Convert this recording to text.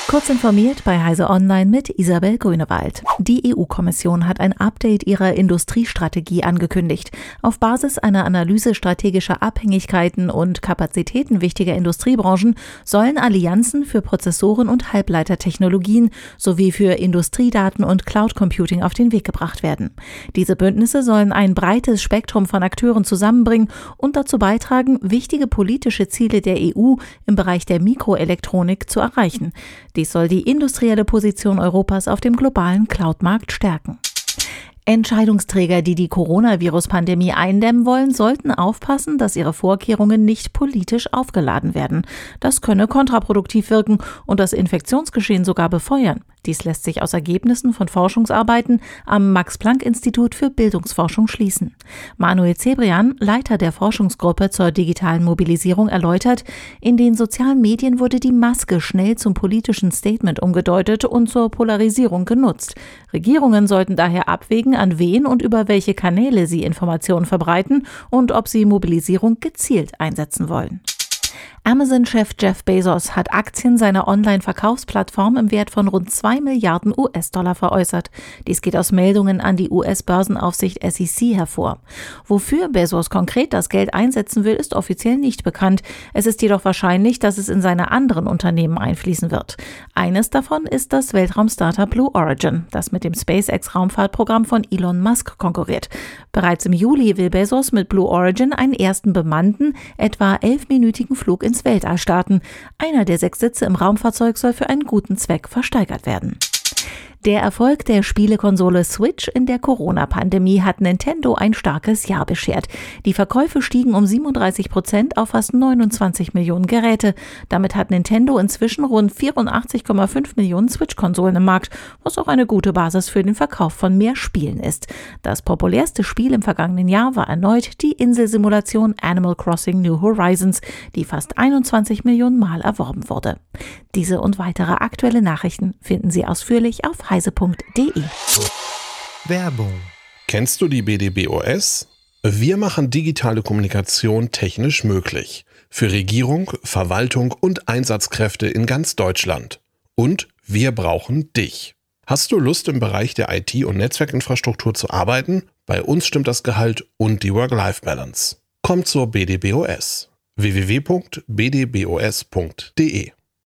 Kurz informiert bei Heise Online mit Isabel Grünewald. Die EU-Kommission hat ein Update ihrer Industriestrategie angekündigt. Auf Basis einer Analyse strategischer Abhängigkeiten und Kapazitäten wichtiger Industriebranchen sollen Allianzen für Prozessoren und Halbleitertechnologien sowie für Industriedaten und Cloud Computing auf den Weg gebracht werden. Diese Bündnisse sollen ein breites Spektrum von Akteuren zusammenbringen und dazu beitragen, wichtige politische Ziele der EU im Bereich der Mikroelektronik zu erreichen. Dies soll die industrielle Position Europas auf dem globalen Cloud-Markt stärken. Entscheidungsträger, die die Coronavirus-Pandemie eindämmen wollen, sollten aufpassen, dass ihre Vorkehrungen nicht politisch aufgeladen werden. Das könne kontraproduktiv wirken und das Infektionsgeschehen sogar befeuern. Dies lässt sich aus Ergebnissen von Forschungsarbeiten am Max-Planck-Institut für Bildungsforschung schließen. Manuel Zebrian, Leiter der Forschungsgruppe zur digitalen Mobilisierung, erläutert, in den sozialen Medien wurde die Maske schnell zum politischen Statement umgedeutet und zur Polarisierung genutzt. Regierungen sollten daher abwägen, an wen und über welche Kanäle sie Informationen verbreiten und ob sie Mobilisierung gezielt einsetzen wollen. Amazon-Chef Jeff Bezos hat Aktien seiner Online-Verkaufsplattform im Wert von rund 2 Milliarden US-Dollar veräußert. Dies geht aus Meldungen an die US-Börsenaufsicht SEC hervor. Wofür Bezos konkret das Geld einsetzen will, ist offiziell nicht bekannt. Es ist jedoch wahrscheinlich, dass es in seine anderen Unternehmen einfließen wird. Eines davon ist das Weltraum-Startup Blue Origin, das mit dem SpaceX-Raumfahrtprogramm von Elon Musk konkurriert. Bereits im Juli will Bezos mit Blue Origin einen ersten bemannten, etwa 11-minütigen Flug ins Weltall starten. Einer der 6 Sitze im Raumfahrzeug soll für einen guten Zweck versteigert werden. Der Erfolg der Spielekonsole Switch in der Corona-Pandemie hat Nintendo ein starkes Jahr beschert. Die Verkäufe stiegen um 37% auf fast 29 Millionen Geräte. Damit hat Nintendo inzwischen rund 84,5 Millionen Switch-Konsolen im Markt, was auch eine gute Basis für den Verkauf von mehr Spielen ist. Das populärste Spiel im vergangenen Jahr war erneut die Inselsimulation Animal Crossing New Horizons, die fast 21 Millionen Mal erworben wurde. Diese und weitere aktuelle Nachrichten finden Sie ausführlich auf heise.de. Werbung. Kennst du die BDBOS? Wir machen digitale Kommunikation technisch möglich. Für Regierung, Verwaltung und Einsatzkräfte in ganz Deutschland. Und wir brauchen dich. Hast du Lust, im Bereich der IT- und Netzwerkinfrastruktur zu arbeiten? Bei uns stimmt das Gehalt und die Work-Life-Balance. Komm zur BDBOS. www.bdbos.de